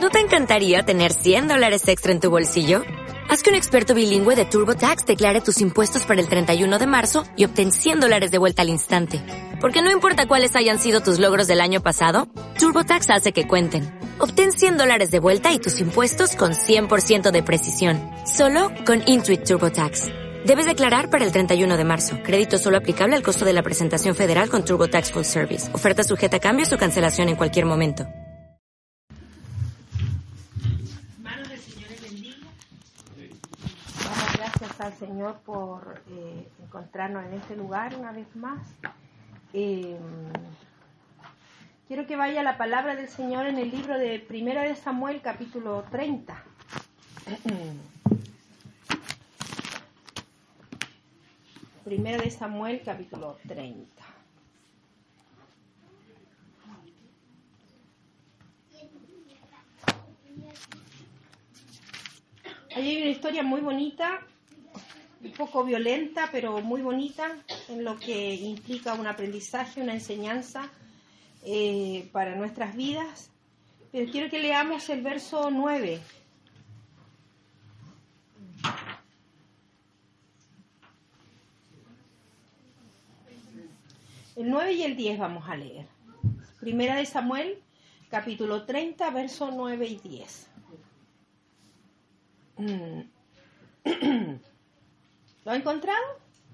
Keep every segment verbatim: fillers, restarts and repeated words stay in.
¿No te encantaría tener cien dólares extra en tu bolsillo? Haz que un experto bilingüe de TurboTax declare tus impuestos para el treinta y uno de marzo y obtén cien dólares de vuelta al instante. Porque no importa cuáles hayan sido tus logros del año pasado, TurboTax hace que cuenten. Obtén cien dólares de vuelta y tus impuestos con cien por ciento de precisión. Solo con Intuit TurboTax. Debes declarar para el treinta y uno de marzo. Crédito solo aplicable al costo de la presentación federal con TurboTax Full Service. Oferta sujeta a cambios o cancelación en cualquier momento. Gracias al Señor por eh, encontrarnos en este lugar una vez más. Eh, quiero que vaya la palabra del Señor en el libro de Primera de Samuel, capítulo treinta. Primera de Samuel, capítulo treinta. Allí hay una historia muy bonita, un poco violenta, pero muy bonita, en lo que implica un aprendizaje, una enseñanza eh, para nuestras vidas. Pero quiero que leamos el verso nueve. El nueve y el diez vamos a leer. Primera de Samuel, capítulo treinta, verso nueve y diez. ¿Lo ha encontrado?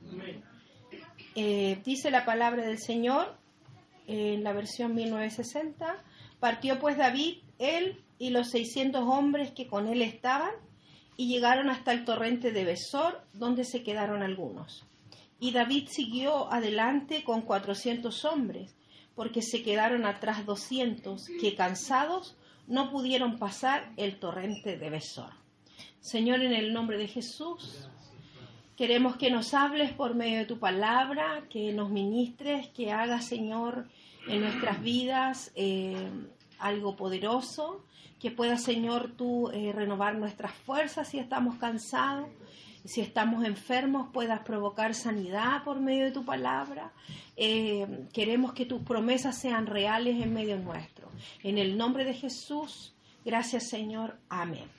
Eh, dice la palabra del Señor en la versión mil novecientos sesenta. Partió pues David, él y los seiscientos hombres que con él estaban, y llegaron hasta el torrente de Besor, donde se quedaron algunos. Y David siguió adelante con cuatrocientos hombres, porque se quedaron atrás doscientos, que cansados no pudieron pasar el torrente de Besor. Señor, en el nombre de Jesús, queremos que nos hables por medio de tu palabra, que nos ministres, que hagas, Señor, en nuestras vidas eh, algo poderoso, que puedas, Señor, tú eh, renovar nuestras fuerzas si estamos cansados, si estamos enfermos, puedas provocar sanidad por medio de tu palabra. Eh, queremos que tus promesas sean reales en medio nuestro. En el nombre de Jesús, gracias, Señor. Amén.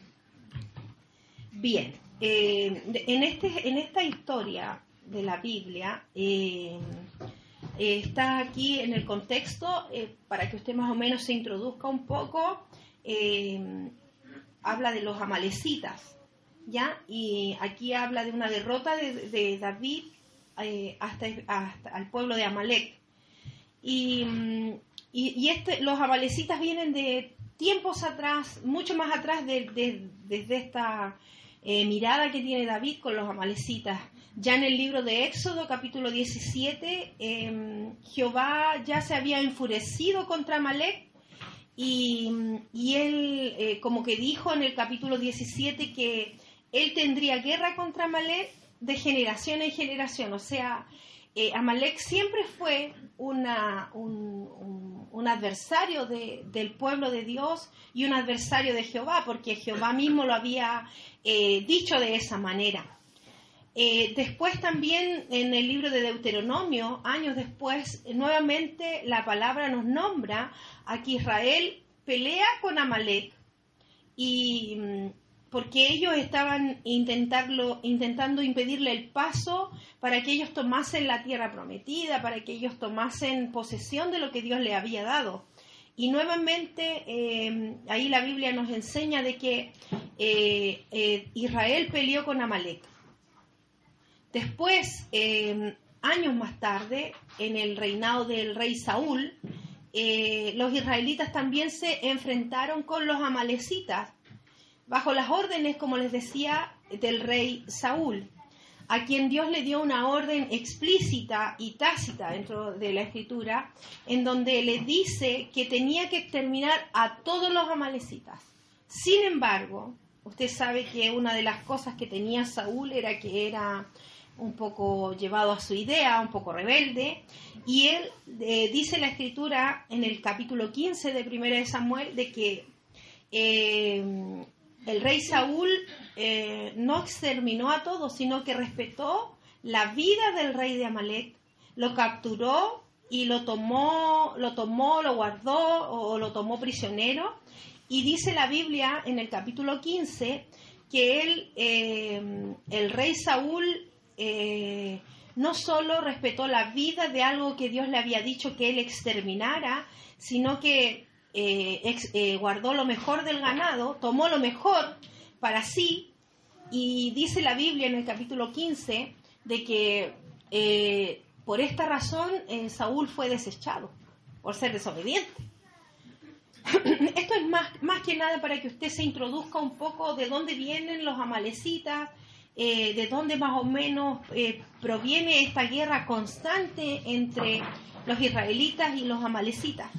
Bien, eh, en, este, en esta historia de la Biblia eh, eh, está aquí en el contexto, eh, para que usted más o menos se introduzca un poco, eh, habla de los amalecitas, ¿ya? Y aquí habla de una derrota de, de David eh, hasta, hasta al pueblo de Amalec. Y, y, y este, los amalecitas vienen de tiempos atrás, mucho más atrás de, de, desde esta... Eh, mirada que tiene David con los amalecitas. Ya en el libro de Éxodo, capítulo diecisiete, eh, Jehová ya se había enfurecido contra Amalec y, y él eh, como que dijo en el capítulo diecisiete que él tendría guerra contra Amalec de generación en generación. O sea, eh, Amalec siempre fue una, un, un, un adversario de, del pueblo de Dios y un adversario de Jehová, porque Jehová mismo lo había eh, dicho de esa manera. Eh, después también en el libro de Deuteronomio, años después, nuevamente la palabra nos nombra a que Israel pelea con Amalec, y porque ellos estaban intentarlo, intentando impedirle el paso para que ellos tomasen la tierra prometida, para que ellos tomasen posesión de lo que Dios les había dado. Y nuevamente eh, ahí la Biblia nos enseña de que eh, eh, Israel peleó con Amalec. Después, eh, años más tarde, en el reinado del rey Saúl, eh, los israelitas también se enfrentaron con los amalecitas, bajo las órdenes, como les decía, del rey Saúl, a quien Dios le dio una orden explícita y tácita dentro de la Escritura, en donde le dice que tenía que exterminar a todos los amalecitas. Sin embargo, usted sabe que una de las cosas que tenía Saúl era que era un poco llevado a su idea, un poco rebelde, y él eh, dice la Escritura en el capítulo quince de Primera de Samuel de que eh, el rey Saúl eh, no exterminó a todos, sino que respetó la vida del rey de Amalec, lo capturó y lo tomó, lo tomó, lo guardó o lo tomó prisionero, Y dice la Biblia en el capítulo quince que él, eh, el rey Saúl eh, no solo respetó la vida de algo que Dios le había dicho que él exterminara, sino que eh, ex, eh, guardó lo mejor del ganado, tomó lo mejor para sí, y dice la Biblia en el capítulo quince de que eh, por esta razón eh, Saúl fue desechado, por ser desobediente. Esto es más, más que nada para que usted se introduzca un poco de dónde vienen los amalecitas, eh, de dónde más o menos eh, proviene esta guerra constante entre los israelitas y los amalecitas.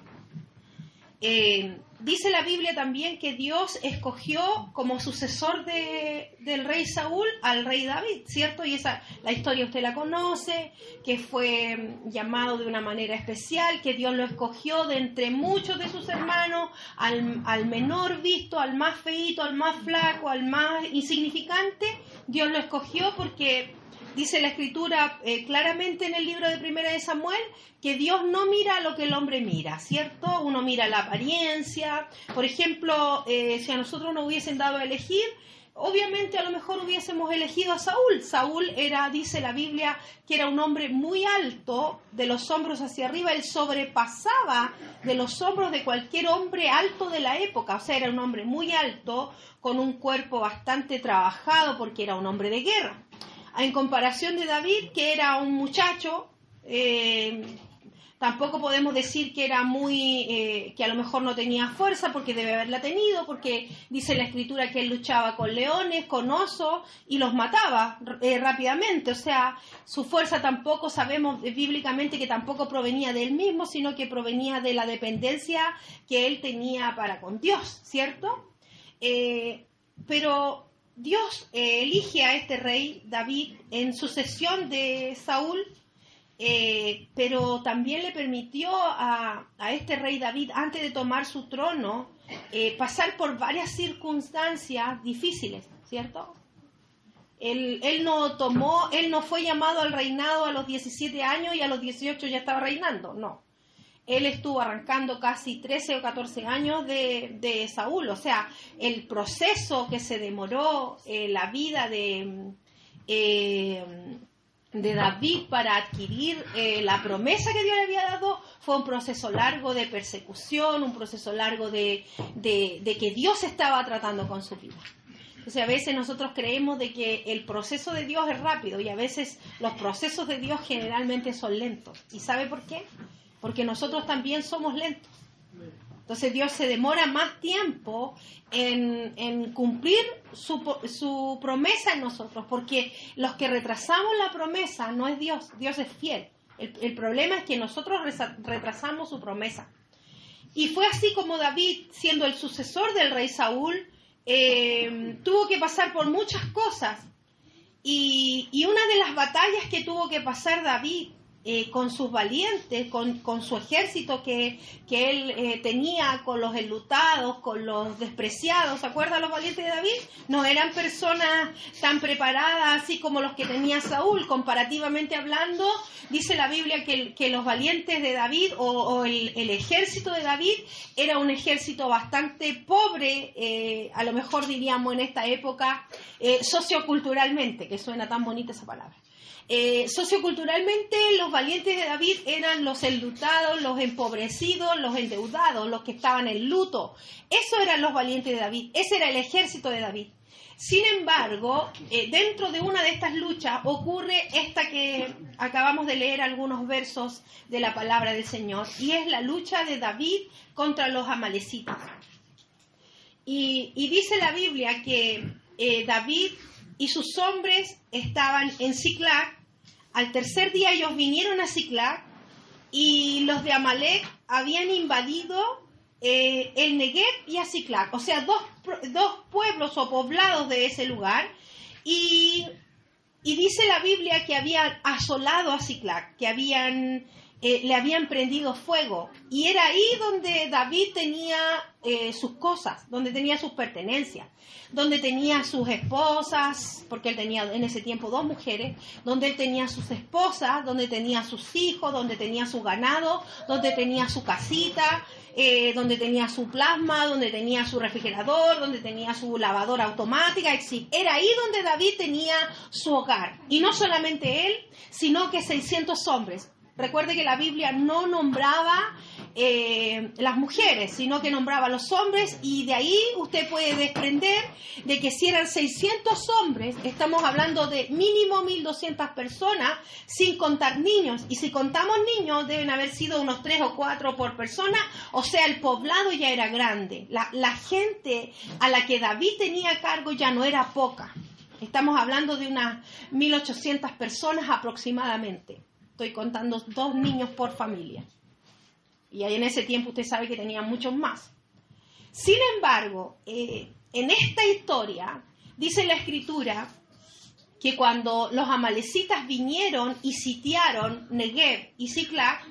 Eh, dice la Biblia también que Dios escogió como sucesor de, del rey Saúl al rey David, ¿cierto? Y esa, la historia usted la conoce, que fue llamado de una manera especial, que Dios lo escogió de entre muchos de sus hermanos, al, al menor visto, al más feíto, al más flaco, al más insignificante. Dios lo escogió porque dice la Escritura eh, claramente en el libro de Primera de Samuel que Dios no mira lo que el hombre mira, ¿cierto? Uno mira la apariencia. Por ejemplo, eh, si a nosotros nos hubiesen dado a elegir, obviamente a lo mejor hubiésemos elegido a Saúl. Saúl era, dice la Biblia, que era un hombre muy alto, de los hombros hacia arriba. Él sobrepasaba de los hombros de cualquier hombre alto de la época. O sea, era un hombre muy alto, con un cuerpo bastante trabajado, porque era un hombre de guerra. En comparación de David, que era un muchacho, eh, tampoco podemos decir que era muy, eh, que a lo mejor no tenía fuerza, porque debe haberla tenido, porque dice la Escritura que él luchaba con leones, con osos, y los mataba eh, rápidamente. O sea, su fuerza tampoco, sabemos eh, bíblicamente que tampoco provenía de él mismo, sino que provenía de la dependencia que él tenía para con Dios, ¿cierto? Eh, pero Dios eh, elige a este rey David en sucesión de Saúl, eh, pero también le permitió a, a este rey David, antes de tomar su trono, eh, pasar por varias circunstancias difíciles, ¿cierto? Él, él no tomó, él no fue llamado al reinado a los diecisiete años y a los dieciocho ya estaba reinando, no. Él estuvo arrancando casi trece o catorce años de, de Saúl. O sea, el proceso que se demoró, eh, la vida de, eh, de David para adquirir eh, la promesa que Dios le había dado, fue un proceso largo de persecución, un proceso largo de, de, de que Dios estaba tratando con su vida. Entonces, a veces nosotros creemos de que el proceso de Dios es rápido, y a veces los procesos de Dios generalmente son lentos. ¿Y sabe por qué? Porque nosotros también somos lentos. Entonces Dios se demora más tiempo en, en cumplir su, su promesa en nosotros, porque los que retrasamos la promesa no es Dios, Dios es fiel. El, el problema es que nosotros retrasamos su promesa. Y fue así como David, siendo el sucesor del rey Saúl, eh, tuvo que pasar por muchas cosas. Y, y una de las batallas que tuvo que pasar David, Eh, con sus valientes, con, con su ejército que, que él eh, tenía, con los enlutados, con los despreciados. ¿Se acuerdan los valientes de David? No eran personas tan preparadas así como los que tenía Saúl. Comparativamente hablando, dice la Biblia que, que los valientes de David o, o el, el ejército de David era un ejército bastante pobre, eh, a lo mejor diríamos en esta época, eh, socioculturalmente, que suena tan bonita esa palabra. Eh, socioculturalmente, los valientes de David eran los enlutados, los empobrecidos, los endeudados, los que estaban en luto. Esos eran los valientes de David, ese era el ejército de David. Sin embargo, eh, dentro de una de estas luchas ocurre esta que acabamos de leer algunos versos de la palabra del Señor, y es la lucha de David contra los amalecitas. Y, y dice la Biblia que eh, David y sus hombres estaban en Siclag. Al tercer día ellos vinieron a Siclag, y los de Amalec habían invadido eh, el Negev y a Siclag, o sea, dos, dos pueblos o poblados de ese lugar, y, y dice la Biblia que habían asolado a Siclag, que habían, eh, le habían prendido fuego, y era ahí donde David tenía eh, sus cosas, donde tenía sus pertenencias, donde tenía sus esposas, porque él tenía en ese tiempo dos mujeres, donde él tenía sus esposas, donde tenía sus hijos, donde tenía su ganado, donde tenía su casita, eh, donde tenía su plasma, donde tenía su refrigerador, donde tenía su lavadora automática, etcétera. Era ahí donde David tenía su hogar. Y no solamente él, sino que seiscientos hombres. Recuerde que la Biblia no nombraba eh, las mujeres, sino que nombraba a los hombres, y de ahí usted puede desprender de que si eran seiscientos hombres, estamos hablando de mínimo mil doscientas personas, sin contar niños. Y si contamos niños, deben haber sido unos tres o cuatro por persona, o sea, el poblado ya era grande. La, la gente a la que David tenía cargo ya no era poca. Estamos hablando de unas mil ochocientas personas aproximadamente. Estoy contando dos niños por familia. Y ahí en ese tiempo usted sabe que tenían muchos más. Sin embargo, eh, en esta historia, dice la Escritura, que cuando los amalecitas vinieron y sitiaron Negev y Siclag,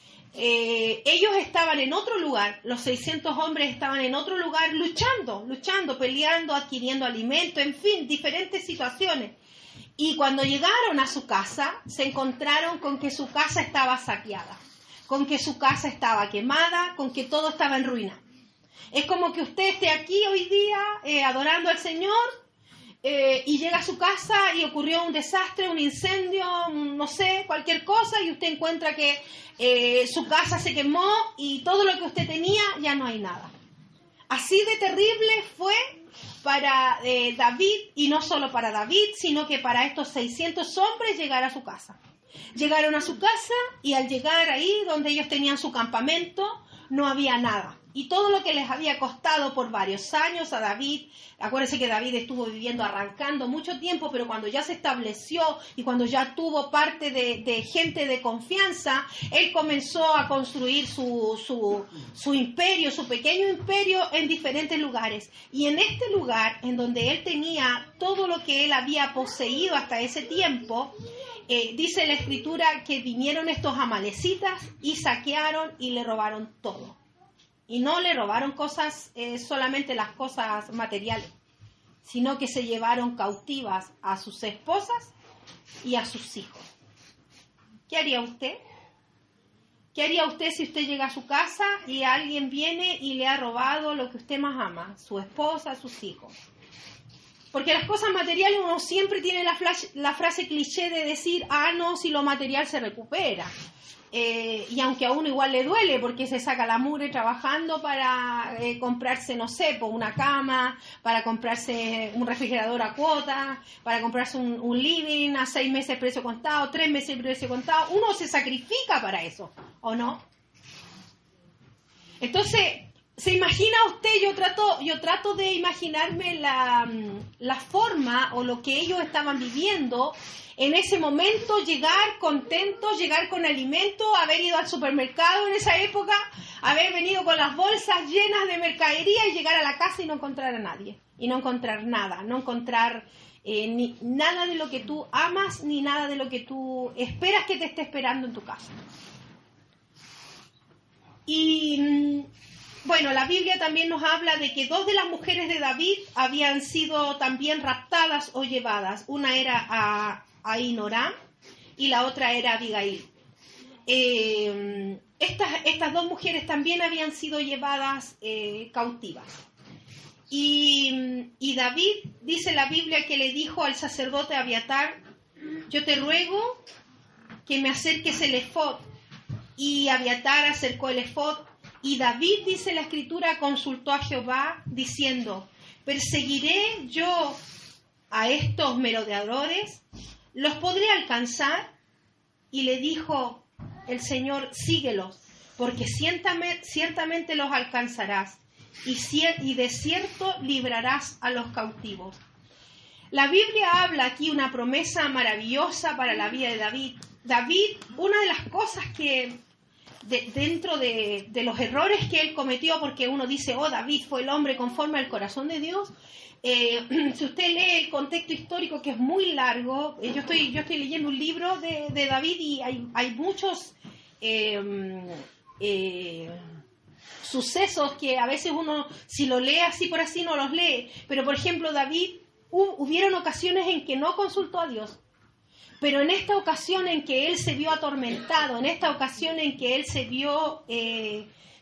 eh, ellos estaban en otro lugar, los seiscientos hombres estaban en otro lugar luchando, luchando, peleando, adquiriendo alimento, en fin, diferentes situaciones. Y cuando llegaron a su casa, se encontraron con que su casa estaba saqueada, con que su casa estaba quemada, con que todo estaba en ruina. Es como que usted esté aquí hoy día eh, adorando al Señor eh, y llega a su casa y ocurrió un desastre, un incendio, un, no sé, cualquier cosa, y usted encuentra que eh, su casa se quemó y todo lo que usted tenía ya no hay nada. Así de terrible fue para eh, David, y no solo para David, sino que para estos seiscientos hombres llegar a su casa. Llegaron a su casa y al llegar ahí donde ellos tenían su campamento, no había nada. Y todo lo que les había costado por varios años a David, acuérdense que David estuvo viviendo, arrancando mucho tiempo, pero cuando ya se estableció y cuando ya tuvo parte de, de gente de confianza, él comenzó a construir su, su, su imperio, su pequeño imperio en diferentes lugares. Y en este lugar, en donde él tenía todo lo que él había poseído hasta ese tiempo, eh, dice la Escritura que vinieron estos amalecitas y saquearon y le robaron todo. Y no le robaron cosas, eh, solamente las cosas materiales, sino que se llevaron cautivas a sus esposas y a sus hijos. ¿Qué haría usted? ¿Qué haría usted si usted llega a su casa y alguien viene y le ha robado lo que usted más ama, su esposa, sus hijos? Porque las cosas materiales uno siempre tiene la, flash, la frase cliché de decir, ah, no, si lo material se recupera. Eh, y aunque a uno igual le duele porque se saca la mugre trabajando para eh, comprarse, no sé, pues una cama, para comprarse un refrigerador a cuota, para comprarse un, un living a seis meses precio contado, tres meses precio contado, uno se sacrifica para eso, ¿o no? Entonces, ¿se imagina usted? Yo trato, yo trato de imaginarme la, la forma o lo que ellos estaban viviendo en ese momento, llegar contentos, llegar con alimento, haber ido al supermercado en esa época, haber venido con las bolsas llenas de mercadería y llegar a la casa y no encontrar a nadie, y no encontrar nada, no encontrar eh, ni nada de lo que tú amas, ni nada de lo que tú esperas que te esté esperando en tu casa. Y bueno, la Biblia también nos habla de que dos de las mujeres de David habían sido también raptadas o llevadas. Una era a Ahinoram y la otra era Abigail. Eh, estas, estas dos mujeres también habían sido llevadas eh, cautivas. Y, y David, dice la Biblia, que le dijo al sacerdote Abiatar, yo te ruego que me acerques el efod. Y Abiatar acercó el efod. Y David, dice la Escritura, consultó a Jehová diciendo, ¿perseguiré yo a estos merodeadores? ¿Los podré alcanzar? Y le dijo el Señor, síguelos, porque ciertamente los alcanzarás, y, y de cierto librarás a los cautivos. La Biblia habla aquí una promesa maravillosa para la vida de David. David, una de las cosas que de, dentro de, de los errores que él cometió, porque uno dice, oh, David fue el hombre conforme al corazón de Dios. Eh, si usted lee el contexto histórico, que es muy largo, eh, yo estoy yo estoy leyendo un libro de, de David y hay, hay muchos eh, eh, sucesos que a veces uno, si lo lee así por así, no los lee. Pero, por ejemplo, David, hu, hubieron ocasiones en que no consultó a Dios. Pero en esta ocasión en que él se vio atormentado, en esta ocasión en que él se vio, eh,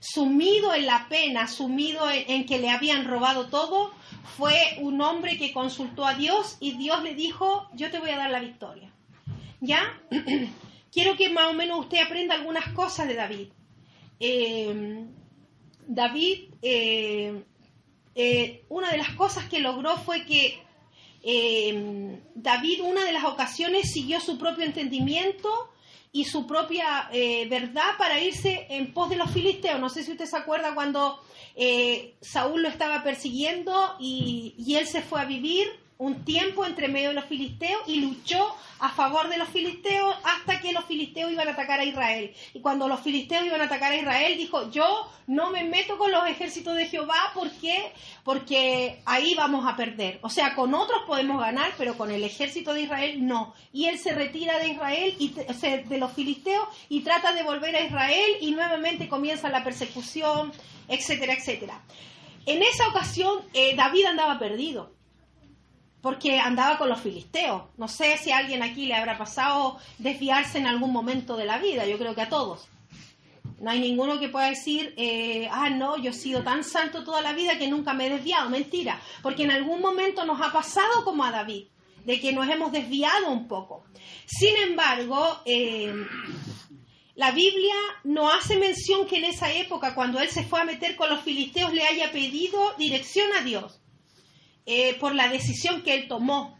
sumido en la pena, sumido en, en que le habían robado todo, fue un hombre que consultó a Dios y Dios le dijo, yo te voy a dar la victoria. ¿Ya? Quiero que más o menos usted aprenda algunas cosas de David. Eh, David, eh, eh, una de las cosas que logró fue que eh, David, una de las ocasiones, siguió su propio entendimiento y su propia eh, verdad para irse en pos de los filisteos. No sé si usted se acuerda cuando eh, Saúl lo estaba persiguiendo y, y él se fue a vivir un tiempo entre medio de los filisteos y luchó a favor de los filisteos hasta que los filisteos iban a atacar a Israel. Y cuando los filisteos iban a atacar a Israel, dijo, yo no me meto con los ejércitos de Jehová, ¿por qué? Porque ahí vamos a perder. O sea, con otros podemos ganar, pero con el ejército de Israel no. Y él se retira de Israel, y o sea, de los filisteos, y trata de volver a Israel, y nuevamente comienza la persecución, etcétera, etcétera. En esa ocasión, eh, David andaba perdido, porque andaba con los filisteos. No sé si a alguien aquí le habrá pasado desviarse en algún momento de la vida, yo creo que a todos. No hay ninguno que pueda decir, eh, ah, no, yo he sido tan santo toda la vida que nunca me he desviado. Mentira, porque en algún momento nos ha pasado como a David, de que nos hemos desviado un poco. Sin embargo, eh, la Biblia no hace mención que en esa época, cuando él se fue a meter con los filisteos, le haya pedido dirección a Dios. Eh, por la decisión que él tomó.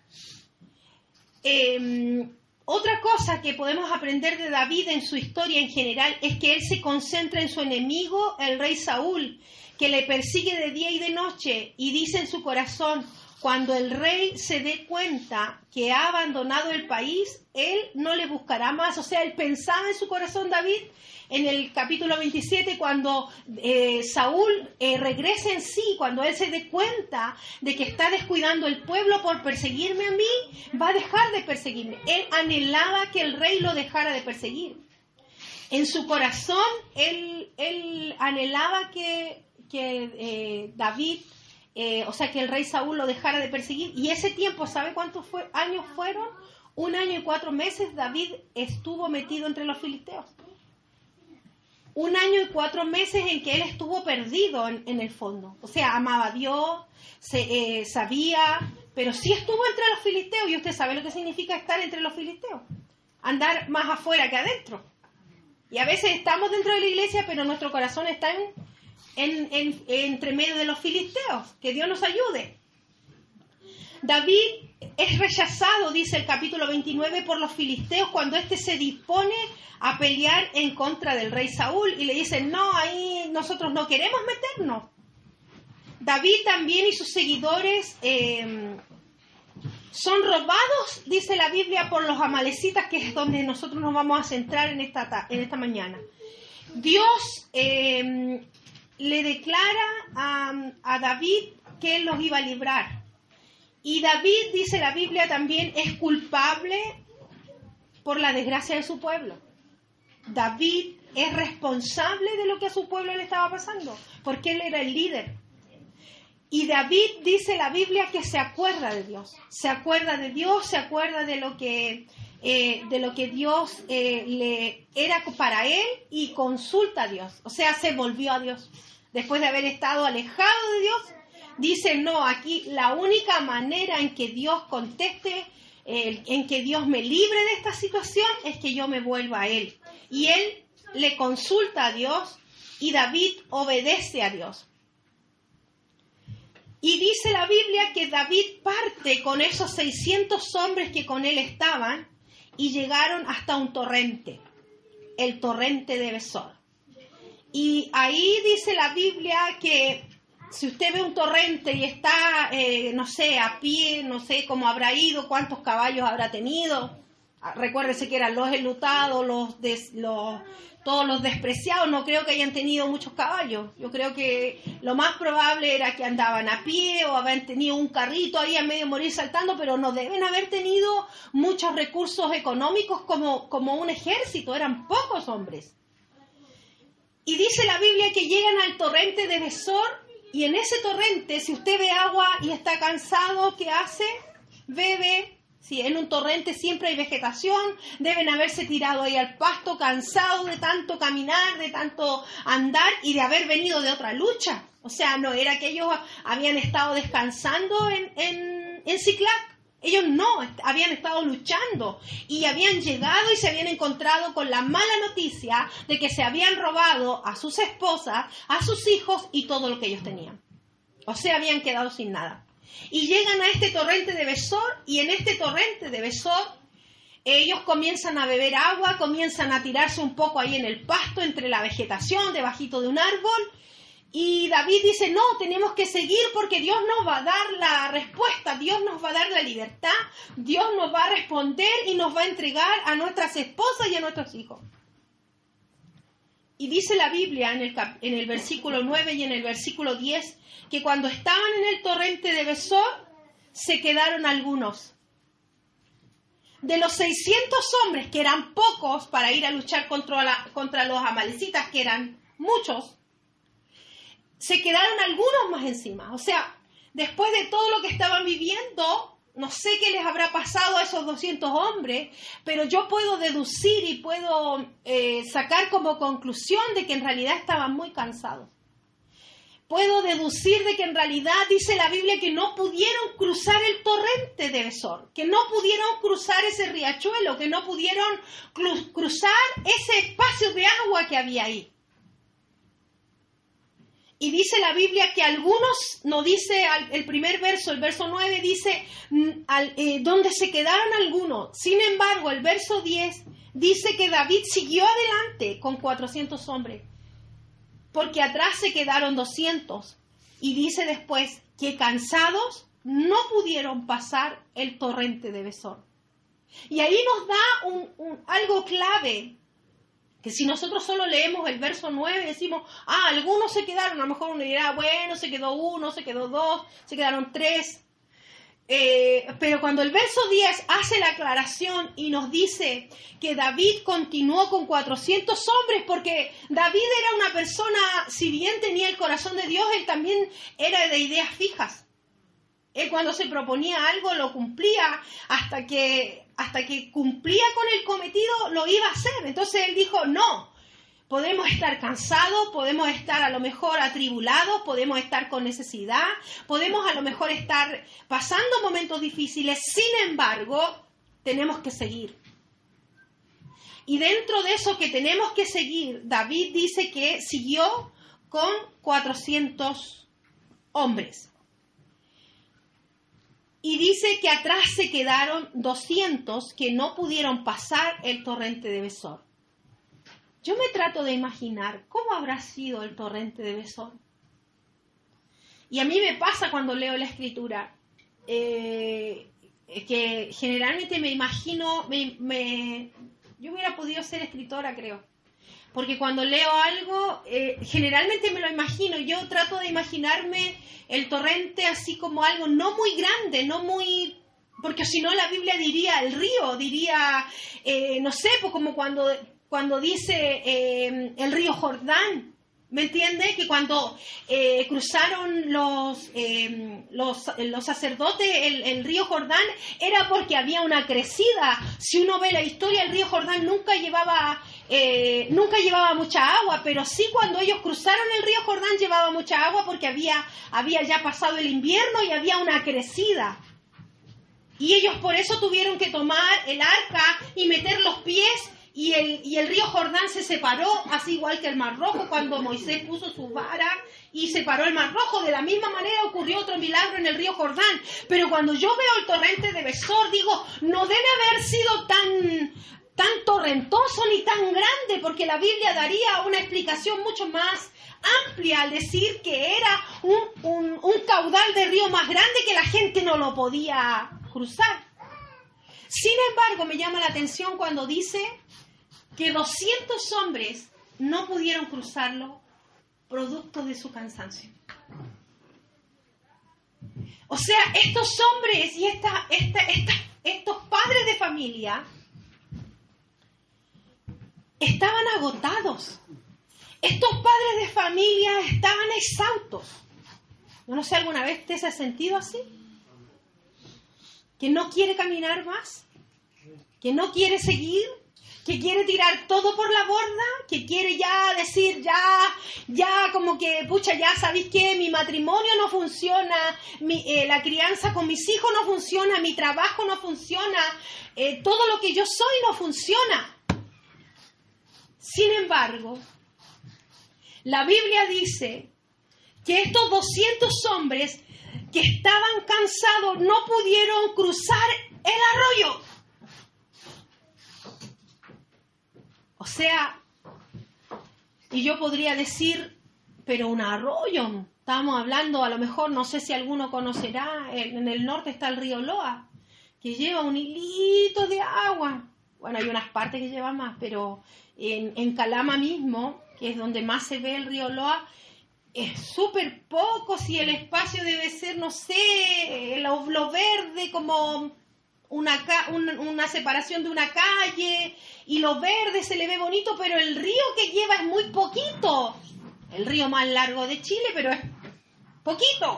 Eh, otra cosa que podemos aprender de David en su historia en general es que él se concentra en su enemigo, el rey Saúl, que le persigue de día y de noche, y dice en su corazón, cuando el rey se dé cuenta que ha abandonado el país, él no le buscará más. O sea, él pensaba en su corazón, David, en el capítulo veintisiete, cuando eh, Saúl eh, regrese en sí, cuando él se dé cuenta de que está descuidando el pueblo por perseguirme a mí, va a dejar de perseguirme. Él anhelaba que el rey lo dejara de perseguir. En su corazón, él, él anhelaba que, que eh, David, eh, o sea, que el rey Saúl lo dejara de perseguir. Y ese tiempo, ¿sabe cuántos fue, años fueron? Un año y cuatro meses David estuvo metido entre los filisteos. Un año y cuatro meses en que él estuvo perdido en, en el fondo. O sea, amaba a Dios, se, eh, sabía, pero sí estuvo entre los filisteos. Y usted sabe lo que significa estar entre los filisteos. Andar más afuera que adentro. Y a veces estamos dentro de la iglesia, pero nuestro corazón está en, en, en, entre medio de los filisteos. Que Dios nos ayude. David es rechazado, dice el capítulo veintinueve, por los filisteos cuando éste se dispone a pelear en contra del rey Saúl y le dicen, no, ahí nosotros no queremos meternos. David también y sus seguidores eh, son robados, dice la Biblia, por los amalecitas, que es donde nosotros nos vamos a centrar en esta, en esta mañana. Dios eh, le declara a, a David que él los iba a librar. Y David, dice la Biblia también, es culpable por la desgracia de su pueblo. David es responsable de lo que a su pueblo le estaba pasando, porque él era el líder. Y David, dice la Biblia, que se acuerda de Dios. Se acuerda de Dios, se acuerda de lo que, eh, de lo que Dios eh, le era para él y consulta a Dios. O sea, se volvió a Dios. Después de haber estado alejado de Dios, dice, no, aquí la única manera en que Dios conteste, eh, en que Dios me libre de esta situación, es que yo me vuelva a Él. Y él le consulta a Dios y David obedece a Dios. Y dice la Biblia que David parte con esos seiscientos hombres que con él estaban y llegaron hasta un torrente, el torrente de Besor. Y ahí dice la Biblia que si usted ve un torrente y está, eh, no sé, a pie, no sé cómo habrá ido, cuántos caballos habrá tenido. Recuérdese que eran los enlutados, los, des, los todos los despreciados, no creo que hayan tenido muchos caballos. Yo creo que lo más probable era que andaban a pie o habían tenido un carrito ahí a medio morir saltando, pero no deben haber tenido muchos recursos económicos como, como un ejército, eran pocos hombres. Y dice la Biblia que llegan al torrente de Besor, y en ese torrente, si usted ve agua y está cansado, ¿qué hace? Bebe, Sí, en un torrente siempre hay vegetación, deben haberse tirado ahí al pasto, cansados de tanto caminar, de tanto andar y de haber venido de otra lucha. O sea, no era que ellos habían estado descansando en, en, en Siclac. Ellos no, habían estado luchando y habían llegado y se habían encontrado con la mala noticia de que se habían robado a sus esposas, a sus hijos y todo lo que ellos tenían. O sea, habían quedado sin nada. Y llegan a este torrente de Besor, y en este torrente de Besor ellos comienzan a beber agua, comienzan a tirarse un poco ahí en el pasto, entre la vegetación, debajito de un árbol, y David dice, no, tenemos que seguir porque Dios nos va a dar la respuesta, Dios nos va a dar la libertad, Dios nos va a responder y nos va a entregar a nuestras esposas y a nuestros hijos. Y dice la Biblia en el, cap- en el versículo nueve y en el versículo diez, que cuando estaban en el torrente de Besor, se quedaron algunos. De los seiscientos hombres, que eran pocos para ir a luchar contra, la, contra los amalecitas, que eran muchos, se quedaron algunos más encima. O sea, después de todo lo que estaban viviendo, no sé qué les habrá pasado a esos doscientos hombres, pero yo puedo deducir y puedo eh, sacar como conclusión de que en realidad estaban muy cansados. Puedo deducir de que en realidad dice la Biblia que no pudieron cruzar el torrente de Besor, que no pudieron cruzar ese riachuelo, que no pudieron cru- cruzar ese espacio de agua que había ahí. Y dice la Biblia que algunos, no dice el primer verso, el verso nueve dice al, eh, donde se quedaron algunos. Sin embargo, el verso diez dice que David siguió adelante con cuatrocientos hombres, porque atrás se quedaron doscientos. Y dice después que cansados no pudieron pasar el torrente de Besor. Y ahí nos da un, un, algo clave, que si nosotros solo leemos el verso nueve y decimos, ah, algunos se quedaron, a lo mejor uno dirá, bueno, se quedó uno, se quedó dos, se quedaron tres. Eh, pero cuando el verso diez hace la aclaración y nos dice que David continuó con cuatrocientos hombres, porque David era una persona, si bien tenía el corazón de Dios, él también era de ideas fijas. Él cuando se proponía algo lo cumplía hasta que, hasta que cumplía con el cometido, lo iba a hacer. Entonces él dijo, no, podemos estar cansados, podemos estar a lo mejor atribulados, podemos estar con necesidad, podemos a lo mejor estar pasando momentos difíciles, sin embargo, tenemos que seguir. Y dentro de eso que tenemos que seguir, David dice que siguió con cuatrocientos hombres. Y dice que atrás se quedaron doscientos que no pudieron pasar el torrente de Besor. Yo me trato de imaginar cómo habrá sido el torrente de Besor. Y a mí me pasa cuando leo la Escritura, eh, que generalmente me imagino, me, me, yo hubiera podido ser escritora, creo. Porque cuando leo algo, eh, generalmente me lo imagino. Yo trato de imaginarme el torrente así como algo no muy grande, no muy... Porque si no la Biblia diría el río, diría, eh, no sé, pues como cuando, cuando dice eh, el río Jordán. ¿Me entiende? Que cuando eh, cruzaron los, eh, los, los sacerdotes el, el río Jordán era porque había una crecida. Si uno ve la historia, el río Jordán nunca llevaba, eh, nunca llevaba mucha agua, pero sí cuando ellos cruzaron el río Jordán llevaba mucha agua porque había, había ya pasado el invierno y había una crecida. Y ellos por eso tuvieron que tomar el arca y meter los pies. Y el, y el río Jordán se separó, así igual que el Mar Rojo, cuando Moisés puso su vara y separó el Mar Rojo. De la misma manera ocurrió otro milagro en el río Jordán. Pero cuando yo veo el torrente de Besor, digo, no debe haber sido tan, tan torrentoso ni tan grande, porque la Biblia daría una explicación mucho más amplia al decir que era un, un, un caudal de río más grande que la gente no lo podía cruzar. Sin embargo, me llama la atención cuando dice que doscientos hombres no pudieron cruzarlo producto de su cansancio. O sea, estos hombres y esta, esta, esta, estos padres de familia estaban agotados. Estos padres de familia estaban exhaustos. Yo no sé, ¿alguna vez usted se ha sentido así? que no quiere caminar más, que no quiere seguir, que quiere tirar todo por la borda, que quiere ya decir, ya, ya como que, pucha, ya sabéis que mi matrimonio no funciona, mi, eh, la crianza con mis hijos no funciona, mi trabajo no funciona, eh, todo lo que yo soy no funciona. Sin embargo, la Biblia dice que estos doscientos hombres que estaban cansados no pudieron cruzar el arroyo. O sea, y yo podría decir, pero un arroyo, estamos hablando, a lo mejor, no sé si alguno conocerá, en el norte está el río Loa, que lleva un hilito de agua. Bueno, hay unas partes que llevan más, pero en, en Calama mismo, que es donde más se ve el río Loa, es súper poco, si el espacio debe ser, no sé, lo, lo verde como una, una, una separación de una calle, y lo verde se le ve bonito, pero el río que lleva es muy poquito. El río más largo de Chile, pero es poquito.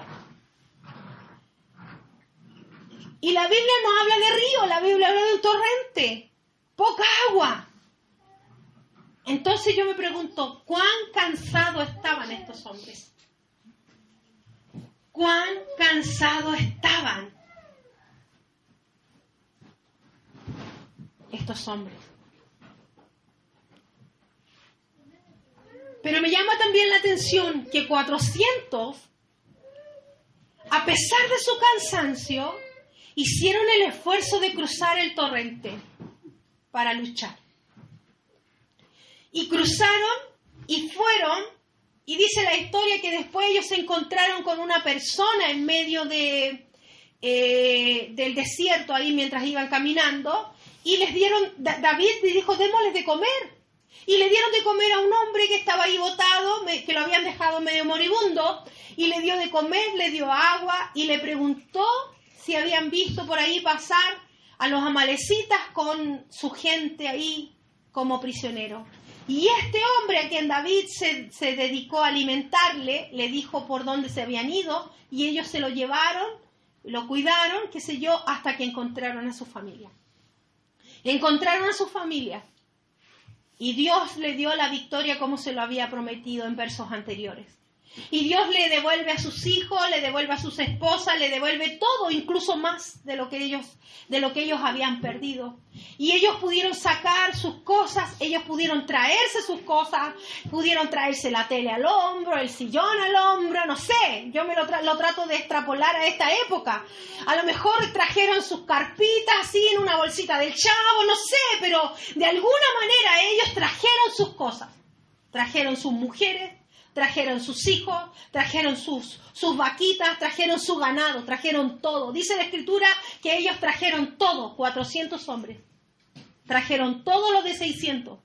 Y la Biblia no habla de río, la Biblia habla de un torrente, poca agua. Entonces yo me pregunto, ¿cuán cansados estaban estos hombres? ¿Cuán cansados estaban estos hombres? Pero me llama también la atención que cuatrocientos, a pesar de su cansancio, hicieron el esfuerzo de cruzar el torrente para luchar. Y cruzaron y fueron, y dice la historia que después ellos se encontraron con una persona en medio de, eh, del desierto ahí mientras iban caminando, y les dieron, David les dijo, démosles de comer. Y le dieron de comer a un hombre que estaba ahí botado, que lo habían dejado medio moribundo, y le dio de comer, le dio agua, y le preguntó si habían visto por ahí pasar a los amalecitas con su gente ahí como prisionero. Y este hombre a quien David se, se dedicó a alimentarle, le dijo por dónde se habían ido, y ellos se lo llevaron, lo cuidaron, qué sé yo, hasta que encontraron a su familia. Encontraron a su familia. Y Dios le dio la victoria como se lo había prometido en versos anteriores. Y Dios le devuelve a sus hijos, le devuelve a sus esposas, le devuelve todo, incluso más de lo que ellos, de lo que ellos habían perdido. Y ellos pudieron sacar sus cosas, ellos pudieron traerse sus cosas, pudieron traerse la tele al hombro, el sillón al hombro, no sé, yo me lo, tra- lo trato de extrapolar a esta época. A lo mejor trajeron sus carpitas así en una bolsita del Chavo, no sé, pero de alguna manera ellos trajeron sus cosas, trajeron sus mujeres, trajeron sus hijos, trajeron sus, sus vaquitas, trajeron su ganado, trajeron todo. Dice la Escritura que ellos trajeron todo, cuatrocientos hombres. Trajeron todo lo de seiscientos.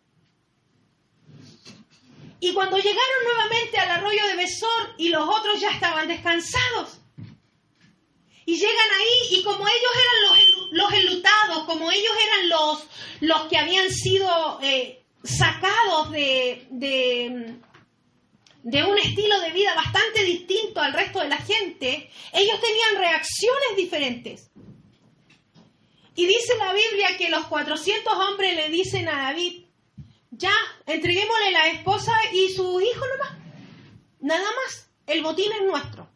Y cuando llegaron nuevamente al arroyo de Besor y los otros ya estaban descansados. Y llegan ahí y como ellos eran los, los enlutados, como ellos eran los, los que habían sido eh, sacados de... de de un estilo de vida bastante distinto al resto de la gente, ellos tenían reacciones diferentes. Y dice la Biblia que los cuatrocientos hombres le dicen a David, ya, entreguémosle la esposa y su hijo nomás. Nada más, el botín es nuestro.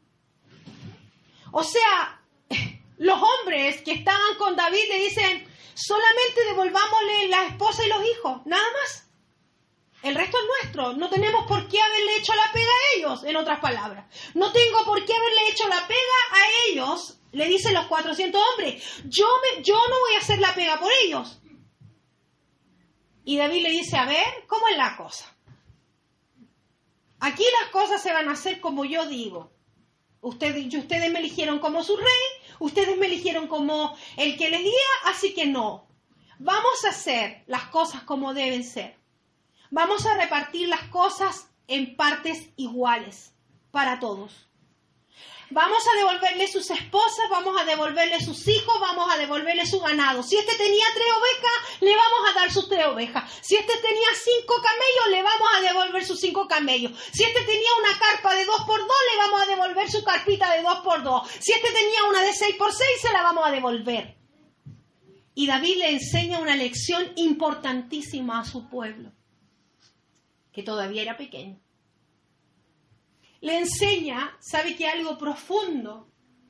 O sea, los hombres que estaban con David le dicen, solamente devolvámosle la esposa y los hijos, nada más. El resto es nuestro. No tenemos por qué haberle hecho la pega a ellos, en otras palabras. No tengo por qué haberle hecho la pega a ellos, le dicen los cuatrocientos hombres. Yo, me, yo no voy a hacer la pega por ellos. Y David le dice, a ver, ¿cómo es la cosa? Aquí las cosas se van a hacer como yo digo. Ustedes, ustedes me eligieron como su rey, ustedes me eligieron como el que les guía, así que no. Vamos a hacer las cosas como deben ser. Vamos a repartir las cosas en partes iguales para todos. Vamos a devolverle sus esposas, vamos a devolverle sus hijos, vamos a devolverle su ganado. Si este tenía tres ovejas, le vamos a dar sus tres ovejas. Si este tenía cinco camellos, le vamos a devolver sus cinco camellos. Si este tenía una carpa de dos por dos, le vamos a devolver su carpita de dos por dos. Si este tenía una de seis por seis, se la vamos a devolver. Y David le enseña una lección importantísima a su pueblo, que todavía era pequeño. Le enseña, sabe que algo profundo,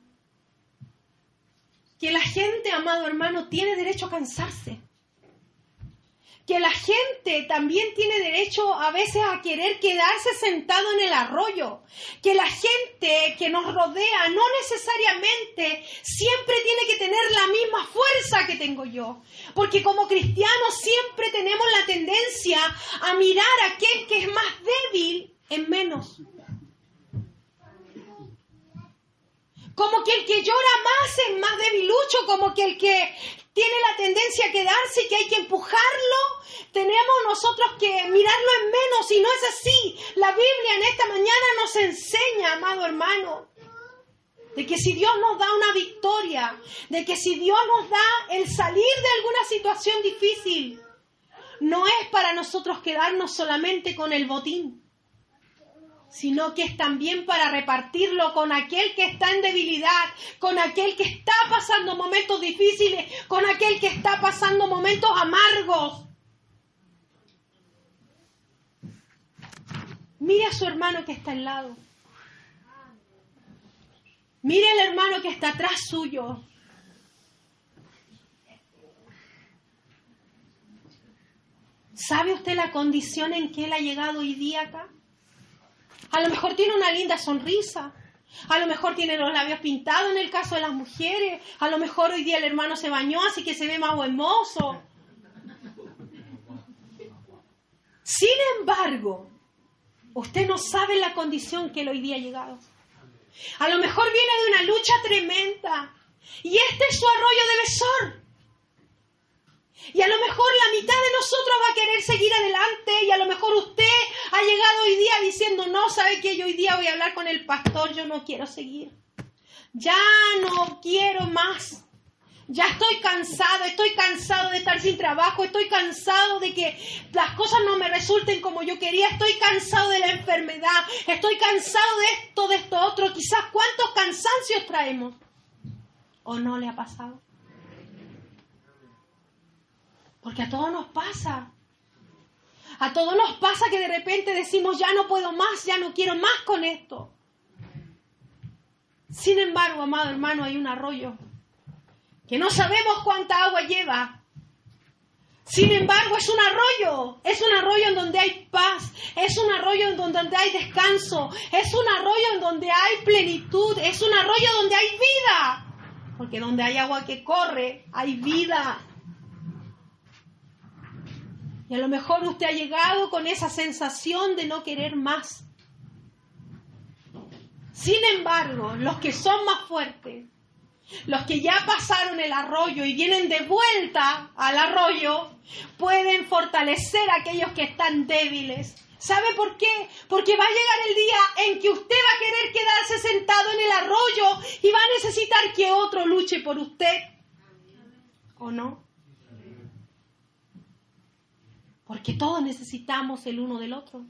que la gente, amado hermano, tiene derecho a cansarse. Que la gente también tiene derecho a veces a querer quedarse sentado en el arroyo. Que la gente que nos rodea no necesariamente siempre tiene que tener la misma fuerza que tengo yo. Porque como cristianos siempre tenemos la tendencia a mirar a aquel que es más débil en menos. Como que el que llora más es más debilucho, como que el que tiene la tendencia a quedarse y que hay que empujarlo, tenemos nosotros que mirarlo en menos, y no es así. La Biblia en esta mañana nos enseña, amado hermano, de que si Dios nos da una victoria, de que si Dios nos da el salir de alguna situación difícil, no es para nosotros quedarnos solamente con el botín, sino que es también para repartirlo con aquel que está en debilidad, con aquel que está pasando momentos difíciles, con aquel que está pasando momentos amargos. Mire a su hermano que está al lado. Mire al hermano que está atrás suyo. ¿Sabe usted la condición en que él ha llegado hoy día acá? A lo mejor tiene una linda sonrisa, a lo mejor tiene los labios pintados en el caso de las mujeres, a lo mejor hoy día el hermano se bañó, así que se ve más hermoso. Sin embargo, usted no sabe la condición que él hoy día ha llegado. A lo mejor viene de una lucha tremenda, y este es su arroyo de Besor. Y a lo mejor la mitad de nosotros va a querer seguir adelante, y a lo mejor usted ha llegado hoy día diciendo, no, ¿sabe qué? Yo hoy día voy a hablar con el pastor, yo no quiero seguir. Ya no quiero más. Ya estoy cansado, estoy cansado de estar sin trabajo, estoy cansado de que las cosas no me resulten como yo quería, estoy cansado de la enfermedad, estoy cansado de esto, de esto otro. Quizás cuántos cansancios traemos. ¿O no le ha pasado? Porque a todos nos pasa. A todos nos pasa que de repente decimos, ya no puedo más, ya no quiero más con esto. Sin embargo, amado hermano, hay un arroyo que no sabemos cuánta agua lleva. Sin embargo, es un arroyo. Es un arroyo en donde hay paz. Es un arroyo en donde hay descanso. Es un arroyo en donde hay plenitud. Es un arroyo donde hay vida. Porque donde hay agua que corre, hay vida. Y a lo mejor usted ha llegado con esa sensación de no querer más. Sin embargo, los que son más fuertes, los que ya pasaron el arroyo y vienen de vuelta al arroyo, pueden fortalecer a aquellos que están débiles. ¿Sabe por qué? Porque va a llegar el día en que usted va a querer quedarse sentado en el arroyo y va a necesitar que otro luche por usted. ¿O no? Porque todos necesitamos el uno del otro.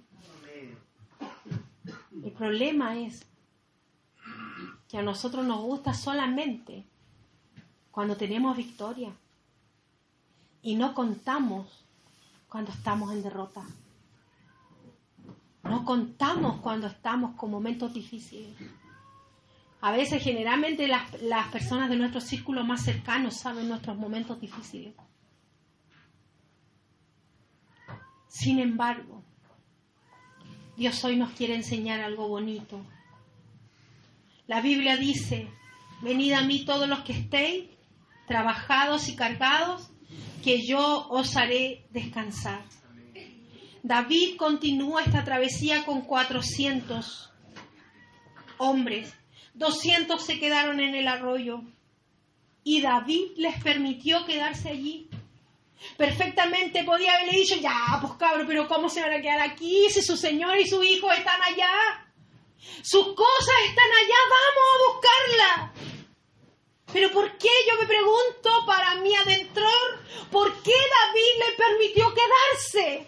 El problema es que a nosotros nos gusta solamente cuando tenemos victoria y no contamos cuando estamos en derrota. No contamos cuando estamos con momentos difíciles. A veces, generalmente, las, las personas de nuestro círculo más cercano saben nuestros momentos difíciles. Sin embargo, Dios hoy nos quiere enseñar algo bonito. La Biblia dice, venid a mí todos los que estéis trabajados y cargados, que yo os haré descansar. David continúa esta travesía con cuatrocientos hombres. doscientos se quedaron en el arroyo y David les permitió quedarse allí. Perfectamente podía haberle dicho, ya, pues cabrón, pero ¿cómo se van a quedar aquí si su señor y su hijo están allá? Sus cosas están allá, me pregunto para mí adentro, ¿por qué David le permitió quedarse?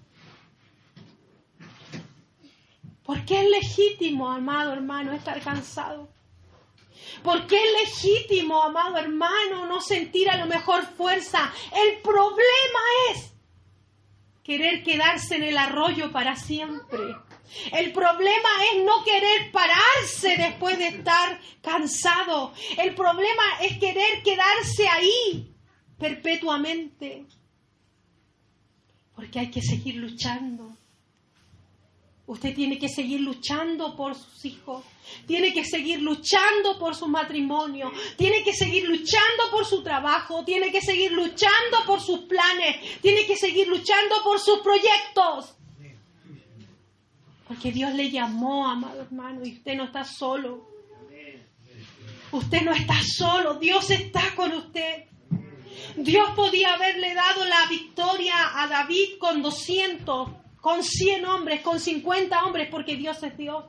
Porque es legítimo, amado hermano, estar cansado. Porque es legítimo, amado hermano, no sentir a lo mejor fuerza. El problema es querer quedarse en el arroyo para siempre. El problema es no querer pararse después de estar cansado. El problema es querer quedarse ahí perpetuamente. Porque hay que seguir luchando. Usted tiene que seguir luchando por sus hijos, tiene que seguir luchando por su matrimonio, tiene que seguir luchando por su trabajo, tiene que seguir luchando por sus planes, tiene que seguir luchando por sus proyectos. Porque Dios le llamó, amado hermano, y usted no está solo. Usted no está solo, Dios está con usted. Dios podía haberle dado la victoria a David con doscientos, con cien hombres, con cincuenta hombres, porque Dios es Dios.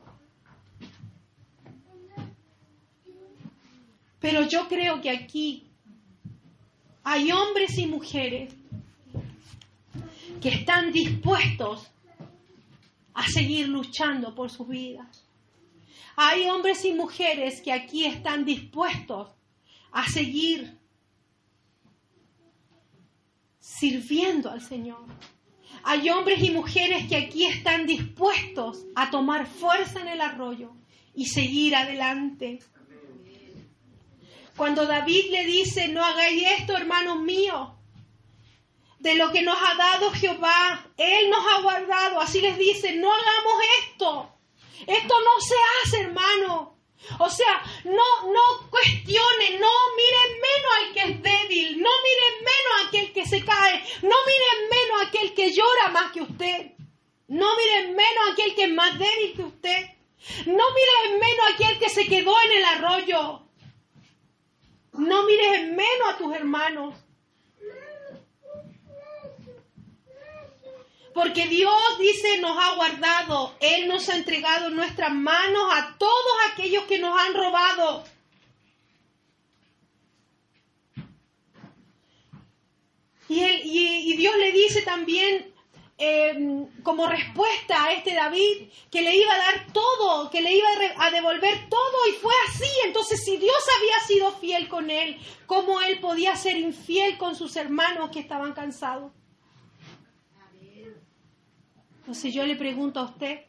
Pero yo creo que aquí hay hombres y mujeres que están dispuestos a seguir luchando por sus vidas. Hay hombres y mujeres que aquí están dispuestos a seguir sirviendo al Señor. Hay hombres y mujeres que aquí están dispuestos a tomar fuerza en el arroyo y seguir adelante. Cuando David le dice, no hagáis esto, hermanos míos, de lo que nos ha dado Jehová, Él nos ha guardado. Así les dice, no hagamos esto. Esto no se hace, hermano. O sea, no, no cuestionen, no miren menos al que es débil, no miren menos a aquel que se cae, no miren menos a aquel que llora más que usted, no miren menos a aquel que es más débil que usted, no miren menos a aquel que se quedó en el arroyo, no miren menos a tus hermanos. Porque Dios, dice, nos ha guardado. Él nos ha entregado en nuestras manos a todos aquellos que nos han robado. Y, él, y, y Dios le dice también, eh, como respuesta a este David, que le iba a dar todo, que le iba a, re, a devolver todo, y fue así. Entonces, si Dios había sido fiel con él, ¿cómo él podía ser infiel con sus hermanos que estaban cansados? Entonces yo le pregunto a usted,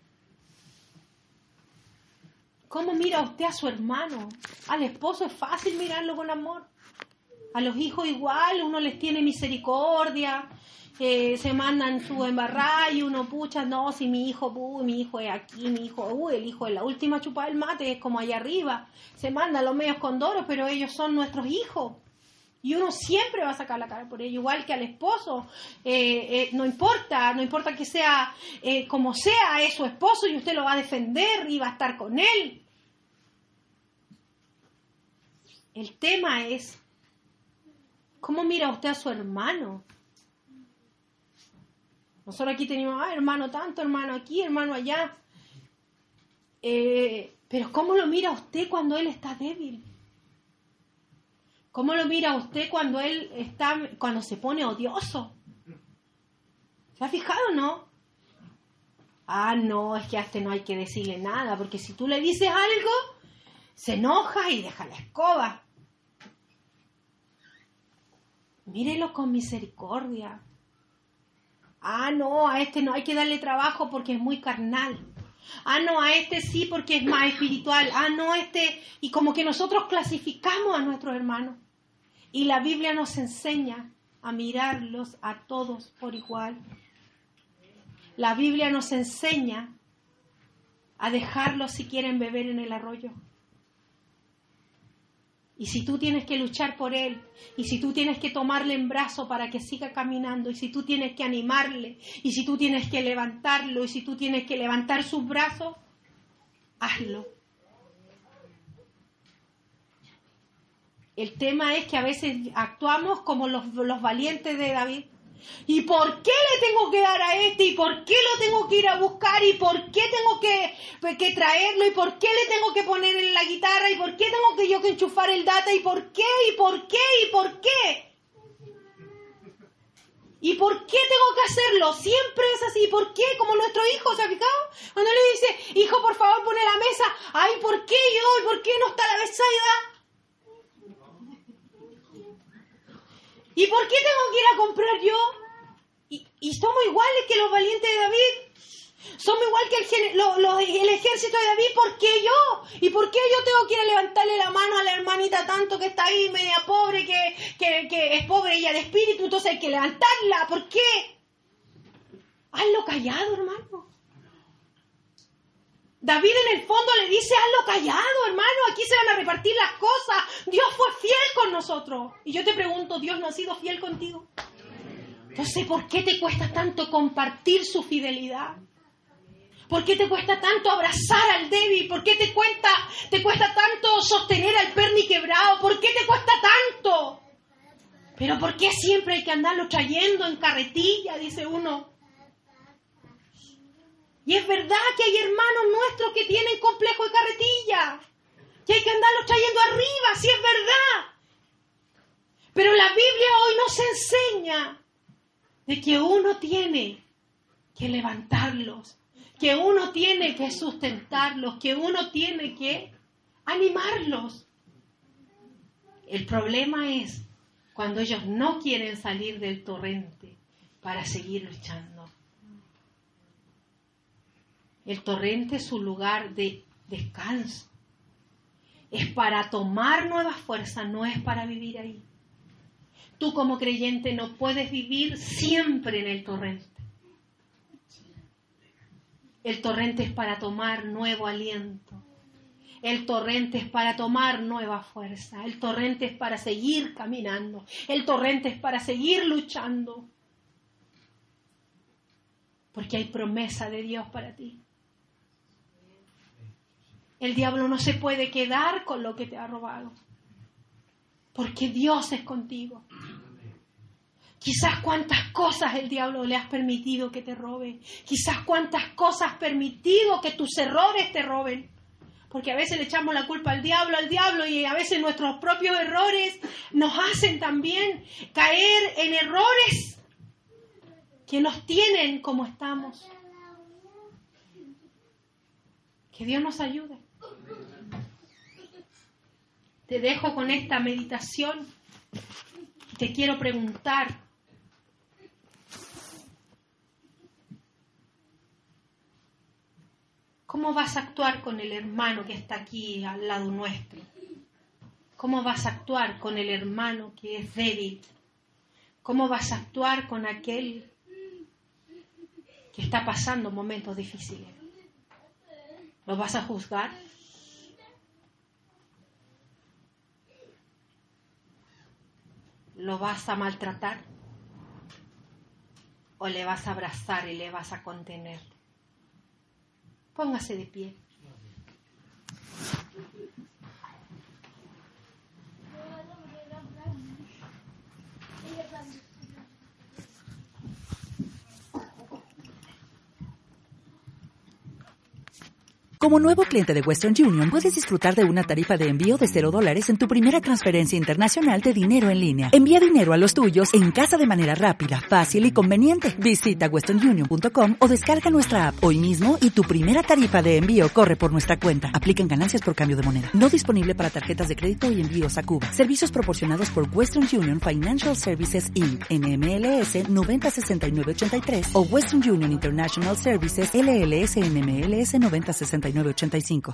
¿cómo mira usted a su hermano? Al esposo es fácil mirarlo con amor. A los hijos igual, uno les tiene misericordia, eh, se mandan su embarrada y uno pucha, no, si mi hijo, uy, mi hijo es aquí, mi hijo, uy, el hijo es la última chupada del mate, es como allá arriba. Se mandan los medios condoros, pero ellos son nuestros hijos. Y uno siempre va a sacar la cara por ello, igual que al esposo. Eh, eh, no importa, no importa que sea eh, como sea, es su esposo y usted lo va a defender y va a estar con él. El tema es, ¿cómo mira usted a su hermano? Nosotros aquí tenemos, ah, hermano tanto, hermano aquí, hermano allá. Eh, pero ¿cómo lo mira usted cuando él está débil? ¿Cómo lo mira usted cuando él está, cuando se pone odioso? ¿Se ha fijado, no? Ah, no, es que a este no hay que decirle nada, porque si tú le dices algo, se enoja y deja la escoba. Mírelo con misericordia. Ah, no, a este no hay que darle trabajo porque es muy carnal. Ah, no, a este sí porque es más espiritual. Ah, no, este... Y como que nosotros clasificamos a nuestros hermanos. Y la Biblia nos enseña a mirarlos a todos por igual. La Biblia nos enseña a dejarlos si quieren beber en el arroyo. Y si tú tienes que luchar por él, y si tú tienes que tomarle en brazo para que siga caminando, y si tú tienes que animarle, y si tú tienes que levantarlo, y si tú tienes que levantar sus brazos, hazlo. El tema es que a veces actuamos como los, los valientes de David. ¿Y por qué le tengo que dar a este? ¿Y por qué lo tengo que ir a buscar? ¿Y por qué tengo que, que traerlo? ¿Y por qué le tengo que poner en la guitarra? ¿Y por qué tengo que yo que enchufar el data? ¿Y por qué? ¿Y por qué? ¿Y por qué? ¿Y por qué tengo que hacerlo? Siempre es así. ¿Por qué? Como nuestro hijo, ¿se ha fijado? Cuando le dice, hijo, por favor, pone la mesa. Ay, ¿por qué yo? ¿Y por qué no está la besaida? ¿Y por qué tengo que ir a comprar yo? Y, y somos iguales que los valientes de David. Somos igual que el, lo, lo, el ejército de David. ¿Por qué yo? ¿Y por qué yo tengo que ir a levantarle la mano a la hermanita tanto que está ahí media pobre, que, que, que es pobre ella de espíritu? Entonces hay que levantarla. ¿Por qué? Hazlo callado, hermano. David en el fondo le dice, hazlo callado, hermano, aquí se van a repartir las cosas. Dios fue fiel con nosotros. Y yo te pregunto, ¿Dios no ha sido fiel contigo? Entonces, ¿por qué te cuesta tanto compartir su fidelidad? ¿Por qué te cuesta tanto abrazar al débil? ¿Por qué te cuesta, te cuesta tanto sostener al perni quebrado? ¿Por qué te cuesta tanto? Pero ¿por qué siempre hay que andarlo trayendo en carretilla? Dice uno. Y es verdad que hay hermanos nuestros que tienen complejo de carretilla, que hay que andarlos trayendo arriba, sí es verdad. Pero la Biblia hoy nos enseña de que uno tiene que levantarlos, que uno tiene que sustentarlos, que uno tiene que animarlos. El problema es cuando ellos no quieren salir del torrente para seguir luchando. El torrente es un lugar de descanso. Es para tomar nuevas fuerzas, no es para vivir ahí. Tú como creyente no puedes vivir siempre en el torrente. El torrente es para tomar nuevo aliento. El torrente es para tomar nueva fuerza. El torrente es para seguir caminando. El torrente es para seguir luchando. Porque hay promesa de Dios para ti. El diablo no se puede quedar con lo que te ha robado. Porque Dios es contigo. Quizás cuántas cosas el diablo le has permitido que te robe. Quizás cuántas cosas has permitido que tus errores te roben. Porque a veces le echamos la culpa al diablo, al diablo, y a veces nuestros propios errores nos hacen también caer en errores que nos tienen como estamos. Que Dios nos ayude. Te dejo con esta meditación. Te quiero preguntar, ¿cómo vas a actuar con el hermano que está aquí al lado nuestro? ¿Cómo vas a actuar con el hermano que es débil? ¿Cómo vas a actuar con aquel que está pasando momentos difíciles? ¿Lo vas a juzgar? ¿Lo vas a maltratar? ¿O le vas a abrazar y le vas a contener? Póngase de pie. Como nuevo cliente de Western Union, puedes disfrutar de una tarifa de envío de cero dólares en tu primera transferencia internacional de dinero en línea. Envía dinero a los tuyos en casa de manera rápida, fácil y conveniente. Visita western union punto com o descarga nuestra app hoy mismo y tu primera tarifa de envío corre por nuestra cuenta. Aplican ganancias por cambio de moneda. No disponible para tarjetas de crédito y envíos a Cuba. Servicios proporcionados por Western Union Financial Services Incorporated, N M L S noventa sesenta y nueve ochenta y tres o Western Union International Services L L S N M L S noventa sesenta y nueve ochenta y cinco.